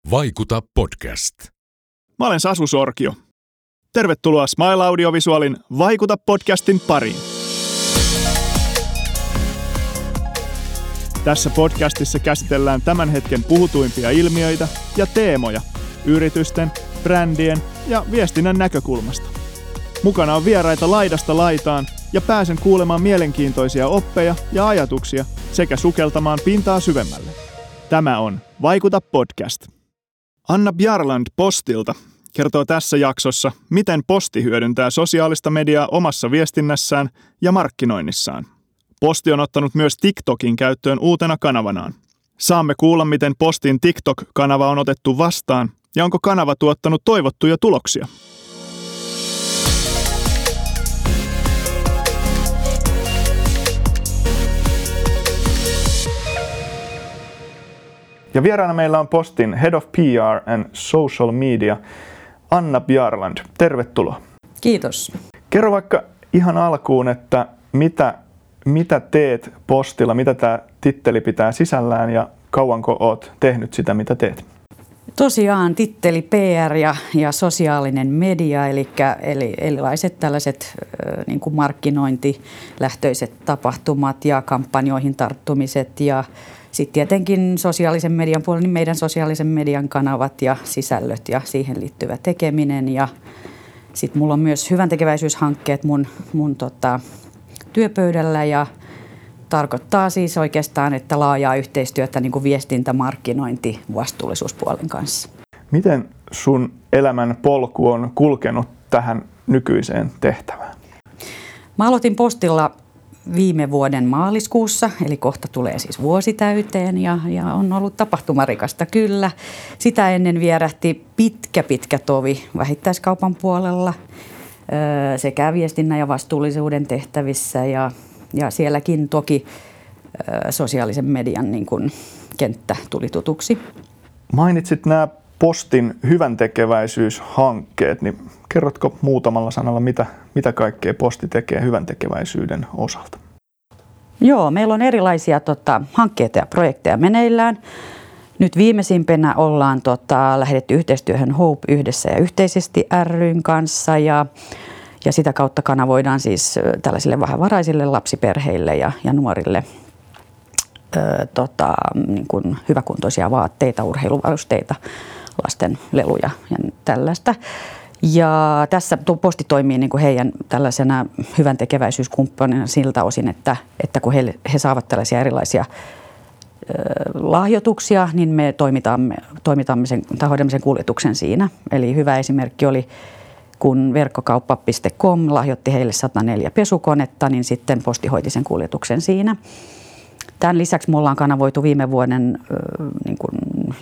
Vaikuta podcast. Mä olen Sasu Sorkio. Tervetuloa Smile Audiovisualin Vaikuta podcastin pariin. Tässä podcastissa käsitellään tämän hetken puhutuimpia ilmiöitä ja teemoja yritysten, brändien ja viestinnän näkökulmasta. Mukana on vieraita laidasta laitaan ja pääsen kuulemaan mielenkiintoisia oppeja ja ajatuksia sekä sukeltamaan pintaa syvemmälle. Tämä on Vaikuta podcast. Anna Bjarland Postilta kertoo tässä jaksossa, miten Posti hyödyntää sosiaalista mediaa omassa viestinnässään ja markkinoinnissaan. Posti on ottanut myös TikTokin käyttöön uutena kanavanaan. Saamme kuulla, miten Postin TikTok-kanava on otettu vastaan ja onko kanava tuottanut toivottuja tuloksia. Ja vieraana meillä on Postin Head of PR and Social Media, Anna Bjarland. Tervetuloa. Kiitos. Kerro vaikka ihan alkuun, että mitä teet Postilla, mitä tämä titteli pitää sisällään ja kauanko olet tehnyt sitä, mitä teet? Tosiaan titteli PR ja sosiaalinen media, eli erilaiset tällaiset niin kuin markkinointilähtöiset tapahtumat ja kampanjoihin tarttumiset ja sitten tietenkin sosiaalisen median puolella, niin meidän sosiaalisen median kanavat ja sisällöt ja siihen liittyvä tekeminen. Ja sitten mulla on myös hyväntekeväisyyshankkeet mun työpöydällä ja tarkoittaa siis oikeastaan, että laajaa yhteistyötä niin kuin viestintä, markkinointi, vastuullisuuspuolen kanssa. Miten sun elämän polku on kulkenut tähän nykyiseen tehtävään? Mä aloitin Postilla viime vuoden maaliskuussa, eli kohta tulee siis vuosi täyteen ja on ollut tapahtumarikasta kyllä. Sitä ennen vierähti pitkä tovi vähittäiskaupan puolella sekä viestinnän ja vastuullisuuden tehtävissä ja sielläkin toki sosiaalisen median niin kuin kenttä tuli tutuksi. Mainitsit nämä Postin hyväntekeväisyyshankkeet, niin kerrotko muutamalla sanalla, mitä kaikkea Posti tekee hyväntekeväisyyden osalta? Joo, meillä on erilaisia hankkeita ja projekteja meneillään. Nyt viimeisimpänä ollaan lähdetty yhteistyöhön Hope yhdessä ja yhteisesti ry:n kanssa ja sitä kautta kanavoidaan siis tällaisille vähävaraisille lapsiperheille ja nuorille niin kuin hyväkuntoisia vaatteita, urheiluvarusteita, lasten leluja ja tällaista. Ja tässä Posti toimii niin kuin heidän tällaisena hyväntekeväisyyskumppanina siltä osin, että kun he saavat tällaisia erilaisia lahjoituksia, niin me hoidamme sen kuljetuksen siinä. Eli hyvä esimerkki oli, kun verkkokauppa.com lahjoitti heille 104 pesukonetta, niin sitten Posti hoiti sen kuljetuksen siinä. Tämän lisäksi me ollaan kanavoitu viime vuoden niin kuin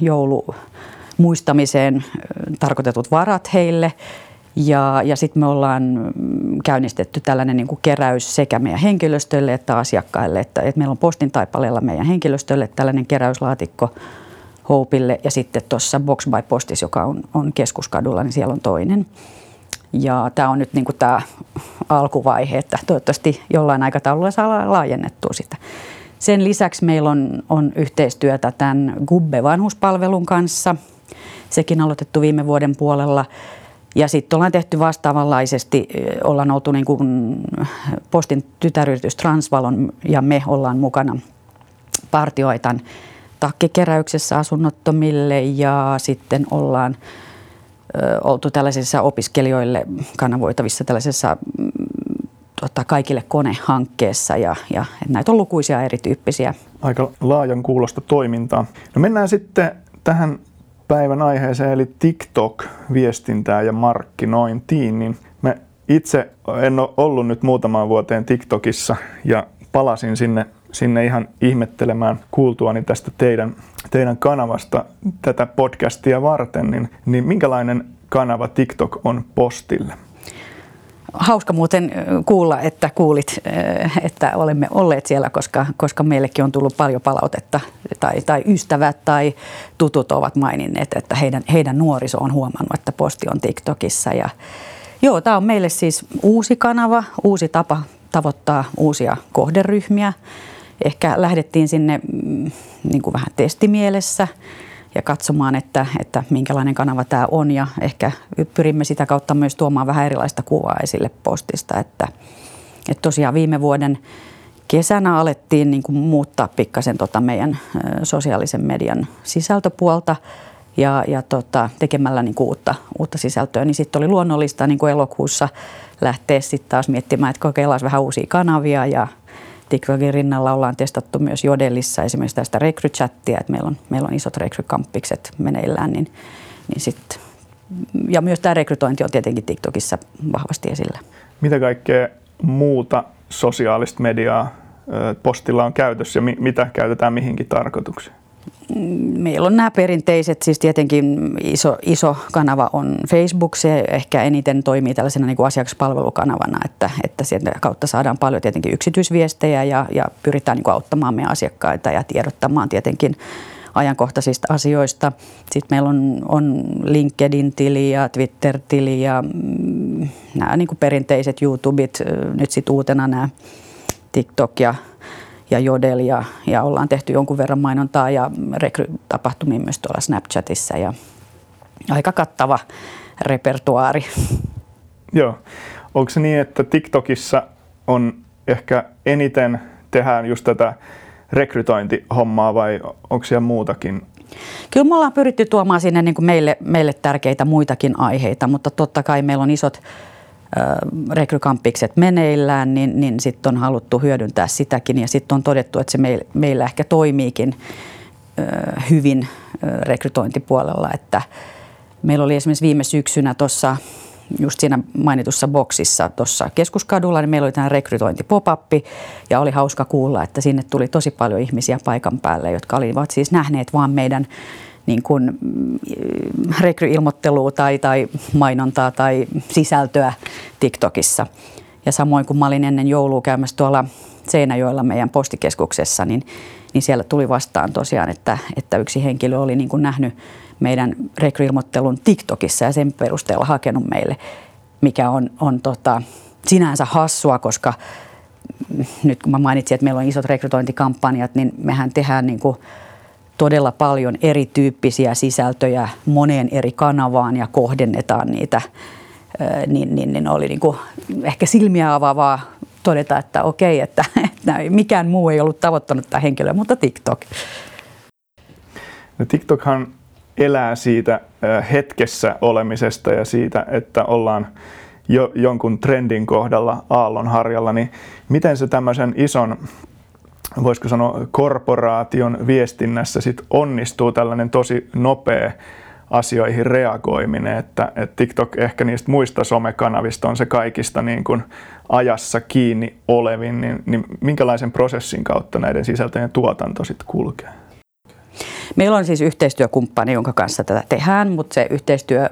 joulumuistamiseen tarkoitetut varat heille. Ja sitten me ollaan käynnistetty tällainen niin kuin keräys sekä meidän henkilöstölle että asiakkaille. Että meillä on Postin taipaleella meidän henkilöstölle tällainen keräyslaatikko Hopeille ja sitten tuossa Box by Postis, joka on Keskuskadulla, niin siellä on toinen. Ja tämä on nyt niin kuin tämä alkuvaihe, että toivottavasti jollain aikataululla saa laajennettua sitä. Sen lisäksi meillä on yhteistyötä tämän Gubbe-vanhuspalvelun kanssa. Sekin aloitettu viime vuoden puolella. Ja sitten ollaan tehty vastaavanlaisesti, ollaan oltu niin kuin Postin tytäryritys Transvalon ja me ollaan mukana Partioaitan takkikeräyksessä asunnottomille ja sitten ollaan oltu tällaisissa opiskelijoille kanavoitavissa tällaisessa kaikille konehankkeessa ja näitä on lukuisia erityyppisiä. Aika laajan kuulosta toimintaa. No mennään sitten tähän päivän aiheeseen eli TikTok-viestintää ja markkinointiin. Niin mä itse en ole ollut nyt muutamaan vuoteen TikTokissa ja palasin sinne ihan ihmettelemään kuultuani tästä teidän kanavasta tätä podcastia varten. Niin minkälainen kanava TikTok on Postille? Hauska muuten kuulla, että kuulit, että olemme olleet siellä, koska meillekin on tullut paljon palautetta tai ystävät tai tutut ovat maininneet, että heidän nuoriso on huomannut, että Posti on TikTokissa. Ja joo, tämä on meille siis uusi kanava, uusi tapa tavoittaa uusia kohderyhmiä. Ehkä lähdettiin sinne niin kuin vähän testimielessä ja katsomaan, että minkälainen kanava tämä on. Ja ehkä pyrimme sitä kautta myös tuomaan vähän erilaista kuvaa esille postista. Että tosiaan viime vuoden kesänä alettiin niin kuin muuttaa pikkasen meidän sosiaalisen median sisältöpuolta ja tekemällä niin kuin uutta sisältöä. Niin sitten oli luonnollista niin kuin elokuussa lähteä sitten taas miettimään, että kokeillaan vähän uusia kanavia ja TikTokin rinnalla ollaan testattu myös Jodelissa esimerkiksi tästä rekrychattia, että meillä on isot rekrykamppikset meneillään, niin sit, ja myös tämä rekrytointi on tietenkin TikTokissa vahvasti esillä. Mitä kaikkea muuta sosiaalista mediaa postilla on käytössä ja mitä käytetään mihinkin tarkoituksiin? Meillä on nämä perinteiset, siis tietenkin iso kanava on Facebook, se ehkä eniten toimii tällaisena niin kuin asiakaspalvelukanavana, että sieltä kautta saadaan paljon tietenkin yksityisviestejä ja pyritään niin kuin auttamaan meidän asiakkaita ja tiedottamaan tietenkin ajankohtaisista asioista. Sitten meillä on LinkedIn-tili ja Twitter-tili ja nämä niin kuin perinteiset YouTubet, nyt sitten uutena nämä TikTok ja Jodel ja ollaan tehty jonkun verran mainontaa ja rekrytapahtumia myös tuolla Snapchatissa ja aika kattava repertuaari. Joo. Onko se niin, että TikTokissa on ehkä eniten tehdään just tätä rekrytointihommaa vai onko siellä muutakin? Kyllä me ollaan pyritty tuomaan sinne niin kuin meille tärkeitä muitakin aiheita, mutta totta kai meillä on isot rekrykampikset meneillään, niin sitten on haluttu hyödyntää sitäkin ja sitten on todettu, että se meillä ehkä toimiikin hyvin rekrytointipuolella, että meillä oli esimerkiksi viime syksynä tuossa just siinä mainitussa boksissa tuossa Keskuskadulla, niin meillä oli tämä rekrytointi pop-up ja oli hauska kuulla, että sinne tuli tosi paljon ihmisiä paikan päälle, jotka olivat siis nähneet vaan meidän niin kuin rekryilmoittelua tai mainontaa tai sisältöä TikTokissa. Ja samoin kun mä olin ennen joulua käymässä tuolla Seinäjoella meidän postikeskuksessa, niin siellä tuli vastaan tosiaan, että yksi henkilö oli niin kuin nähnyt meidän rekryilmoittelun TikTokissa ja sen perusteella hakenut meille, mikä on sinänsä hassua, koska nyt kun mä mainitsin, että meillä on isot rekrytointikampanjat, niin mehän tehdään niin kuin todella paljon erityyppisiä sisältöjä moneen eri kanavaan ja kohdennetaan niitä, niin oli niin kuin ehkä silmiä avaavaa todeta, että okei, että mikään muu ei ollut tavoittanut tätä henkilöä, mutta TikTok. No TikTokhan elää siitä hetkessä olemisesta ja siitä, että ollaan jonkun trendin kohdalla aallonharjalla, niin miten se tämmöisen ison, voisiko sanoa, korporaation viestinnässä sit onnistuu tällainen tosi nopea asioihin reagoiminen, että TikTok ehkä niistä muista somekanavista on se kaikista niin kuin ajassa kiinni olevin, niin minkälaisen prosessin kautta näiden sisältöjen tuotanto sitten kulkee? Meillä on siis yhteistyökumppani, jonka kanssa tätä tehdään, mutta se yhteistyö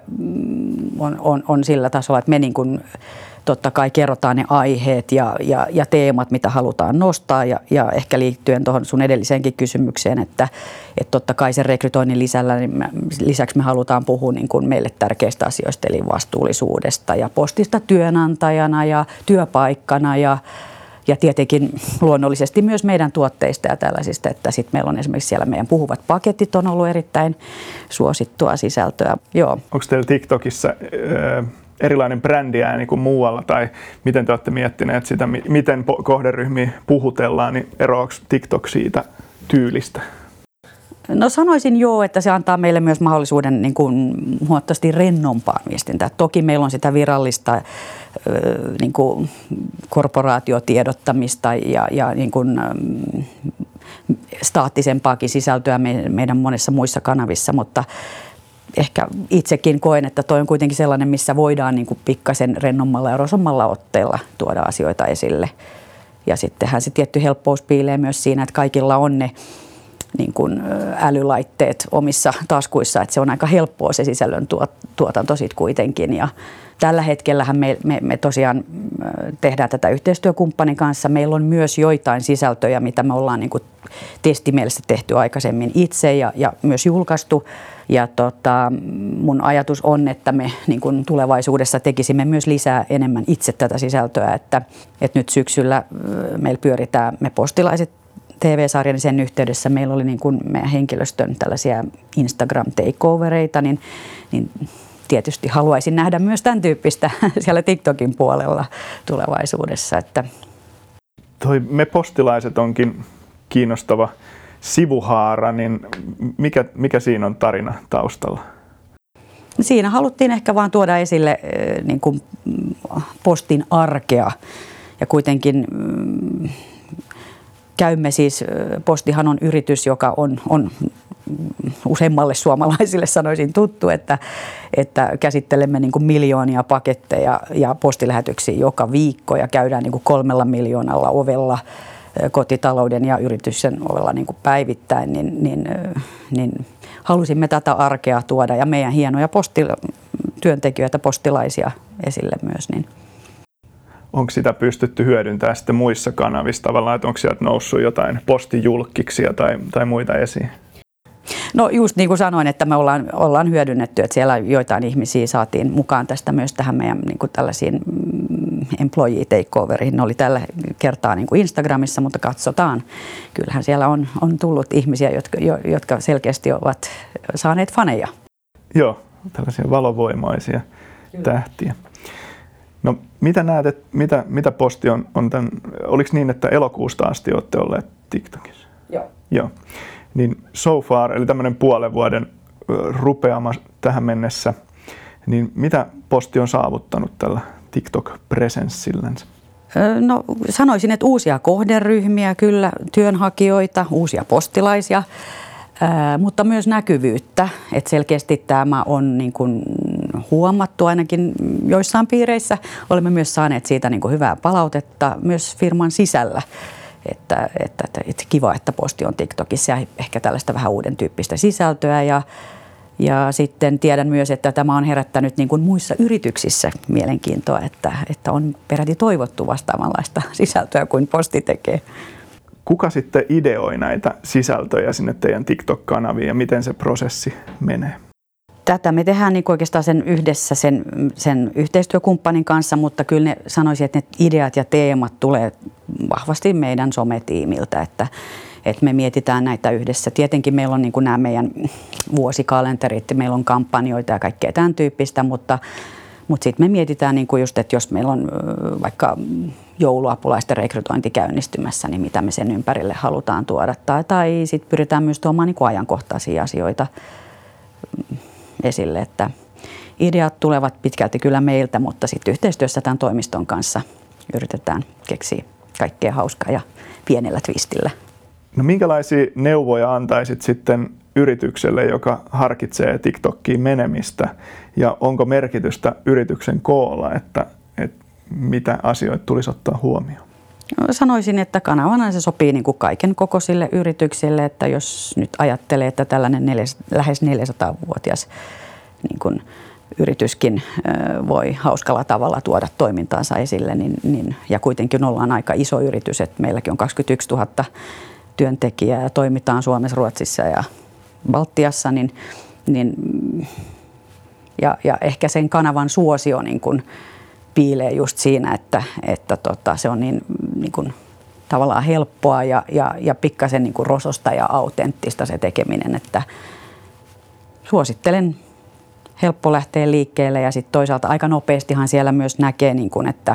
on sillä tasolla, että me niin kuin totta kai kerrotaan ne aiheet ja teemat, mitä halutaan nostaa ja ehkä liittyen tuohon sun edelliseenkin kysymykseen, että totta kai sen rekrytoinnin lisäksi me halutaan puhua niin kuin meille tärkeistä asioista, eli vastuullisuudesta ja postista työnantajana ja työpaikkana ja tietenkin luonnollisesti myös meidän tuotteista ja tällaisista, että sitten meillä on esimerkiksi siellä meidän puhuvat paketit on ollut erittäin suosittua sisältöä. Joo. Onko teillä TikTokissa erilainen brändiääni kuin muualla tai miten te olette miettineet sitä, miten kohderyhmiä puhutellaan, niin eroako TikTok siitä tyylistä? No sanoisin joo, että se antaa meille myös mahdollisuuden niin kuin huomattavasti rennompaa viestintää. Toki meillä on sitä virallista niin kuin korporaatiotiedottamista ja niin kuin staattisempaakin sisältöä meidän monissa muissa kanavissa, mutta ehkä itsekin koen, että toi on kuitenkin sellainen, missä voidaan niin kuin pikkasen rennommalla ja rosommalla otteella tuoda asioita esille. Ja sittenhän se tietty helppous piilee myös siinä, että kaikilla on ne niin kuin älylaitteet omissa taskuissa, että se on aika helppoa se sisällön tuotanto sitten kuitenkin. Ja tällä hetkellähän me tosiaan tehdään tätä yhteistyökumppanin kanssa. Meillä on myös joitain sisältöjä, mitä me ollaan niin kuin testimielessä tehty aikaisemmin itse ja myös julkaistu. Ja mun ajatus on, että me niin kuin tulevaisuudessa tekisimme myös lisää enemmän itse tätä sisältöä, että nyt syksyllä meillä pyöritään me postilaiset TV-sarja, niin sen yhteydessä meillä oli niin kuin meidän henkilöstön tällaisia Instagram-takeovereita, niin tietysti haluaisin nähdä myös tämän tyyppistä siellä TikTokin puolella tulevaisuudessa. Että. Me postilaiset onkin kiinnostava sivuhaara, niin mikä siinä on tarina taustalla? Siinä haluttiin ehkä vaan tuoda esille niin kuin postin arkea ja kuitenkin käymme siis, Postihan on yritys, joka on useimmalle suomalaisille sanoisin tuttu, että käsittelemme niin kuin miljoonia paketteja ja postilähetyksiä joka viikko ja käydään niin kuin 3 miljoonalla ovella kotitalouden ja yrityksen ovella niin kuin päivittäin, niin halusimme tätä arkea tuoda ja meidän hienoja työntekijöitä, postilaisia esille myös. Niin. Onko sitä pystytty hyödyntämään sitten muissa kanavissa tavallaan, että onko sieltä noussut jotain postijulkkiksia tai muita esiin? No just niin kuin sanoin, että me ollaan hyödynnetty, että siellä joitain ihmisiä saatiin mukaan tästä myös tähän meidän niin kuin tällaisiin employee takeoveriin. Ne oli tällä kertaa niin kuin Instagramissa, mutta katsotaan. Kyllähän siellä on tullut ihmisiä, jotka selkeästi ovat saaneet faneja. Joo, tällaisia valovoimaisia tähtiä. No mitä näet, että mitä Posti on tämän, oliko niin, että elokuusta asti olette olleet TikTokissa? Joo. Niin so far, eli tämmöinen puolen vuoden rupeama tähän mennessä, niin mitä Posti on saavuttanut tällä TikTok-presenssillänsä? No sanoisin, että uusia kohderyhmiä kyllä, työnhakijoita, uusia postilaisia, mutta myös näkyvyyttä. Että selkeästi tämä on niin kuin huomattu ainakin joissain piireissä. Olemme myös saaneet siitä niin kuin hyvää palautetta myös firman sisällä. Että kiva, että Posti on TikTokissa ja ehkä tällaista vähän uuden tyyppistä sisältöä. Ja sitten tiedän myös, että tämä on herättänyt niin kuin muissa yrityksissä mielenkiintoa, että on peräti toivottu vastaavanlaista sisältöä kuin Posti tekee. Kuka sitten ideoi näitä sisältöjä sinne teidän TikTok-kanaviin ja miten se prosessi menee? Tätä me tehdään niin oikeastaan yhdessä sen yhteistyökumppanin kanssa, mutta kyllä ne sanoisin, että ne ideat ja teemat tulee vahvasti meidän sometiimiltä, että me mietitään näitä yhdessä. Tietenkin meillä on niin kuin nämä meidän vuosikalenterit, meillä on kampanjoita ja kaikkea tämän tyyppistä, mutta sitten me mietitään niin kuin just, että jos meillä on vaikka jouluapulaisten rekrytointi käynnistymässä, niin mitä me sen ympärille halutaan tuoda. Tai sitten pyritään myös tuomaan niin kuin ajankohtaisia asioita esille, että ideat tulevat pitkälti kyllä meiltä, mutta sitten yhteistyössä tämän toimiston kanssa yritetään keksiä kaikkea hauskaa ja pienellä twistillä. No minkälaisia neuvoja antaisit sitten yritykselle, joka harkitsee TikTokiin menemistä ja onko merkitystä yrityksen koolla, että mitä asioita tulisi ottaa huomioon? Sanoisin, että kanavana se sopii niin kuin kaiken kokoisille yrityksille, että jos nyt ajattelee, että tällainen lähes 400-vuotias niin kuin yrityskin voi hauskalla tavalla tuoda toimintaansa esille, ja kuitenkin ollaan aika iso yritys, että meilläkin on 21 000 työntekijää ja toimitaan Suomessa, Ruotsissa ja Baltiassa, ja ehkä sen kanavan suosio niin kuin piilee just siinä, että se on niin kuin tavallaan helppoa ja pikkasen niin kuin rososta ja autenttista se tekeminen, että suosittelen helppo lähteä liikkeelle ja sitten toisaalta aika nopeastihan siellä myös näkee, niin kuin, että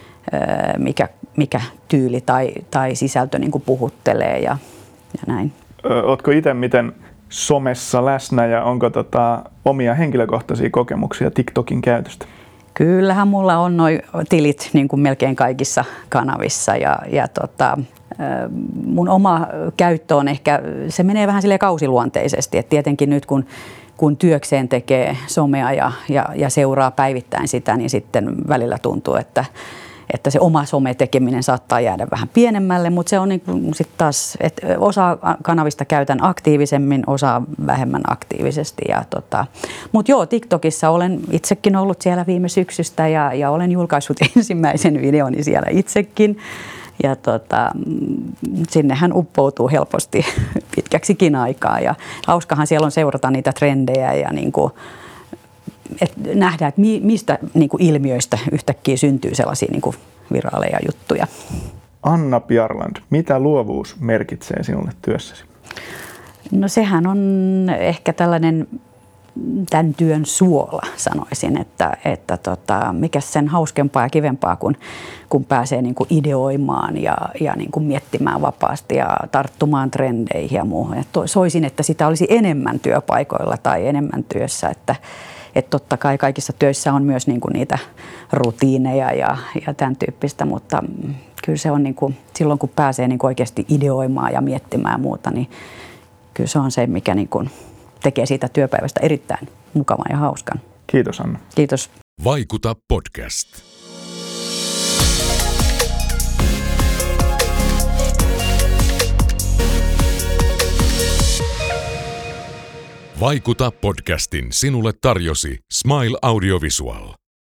mikä tyyli tai sisältö niin kuin puhuttelee ja näin. Ootko itse miten somessa läsnä ja onko omia henkilökohtaisia kokemuksia TikTokin käytöstä? Kyllähän mulla on noi tilit niin kuin melkein kaikissa kanavissa ja mun oma käyttö on ehkä, se menee vähän silleen kausiluonteisesti, että tietenkin nyt kun työkseen tekee somea ja seuraa päivittäin sitä, niin sitten välillä tuntuu, että se oma sometekeminen saattaa jäädä vähän pienemmälle, mutta se on niin kuin sit taas, että osa kanavista käytän aktiivisemmin, osa vähemmän aktiivisesti. Mutta joo, TikTokissa olen itsekin ollut siellä viime syksystä ja olen julkaissut ensimmäisen videoni siellä itsekin. Ja sinnehän uppoutuu helposti pitkäksikin aikaa ja hauskahan siellä on seurata niitä trendejä ja niin kuin, nähdä, että mistä niin kuin ilmiöistä yhtäkkiä syntyy sellaisia niin kuin viraaleja juttuja. Anna Bjarland, mitä luovuus merkitsee sinulle työssäsi? No sehän on ehkä tällainen tämän työn suola, sanoisin, että mikä sen hauskempaa ja kivempaa, kun pääsee niin kuin ideoimaan ja niin kuin miettimään vapaasti ja tarttumaan trendeihin ja muuhun. Soisin, että sitä olisi enemmän työpaikoilla tai enemmän työssä, että totta kai kaikissa töissä on myös niin kuin niitä rutiineja ja tämän tyyppistä, mutta kyllä se on niin kuin, silloin, kun pääsee niin kuin oikeasti ideoimaan ja miettimään muuta, niin kyllä se on se, mikä niin kuin tekee siitä työpäivästä erittäin mukavan ja hauskan. Kiitos, Anna. Kiitos. Vaikuta podcast. Vaikuta podcastin sinulle tarjosi Smile Audiovisual.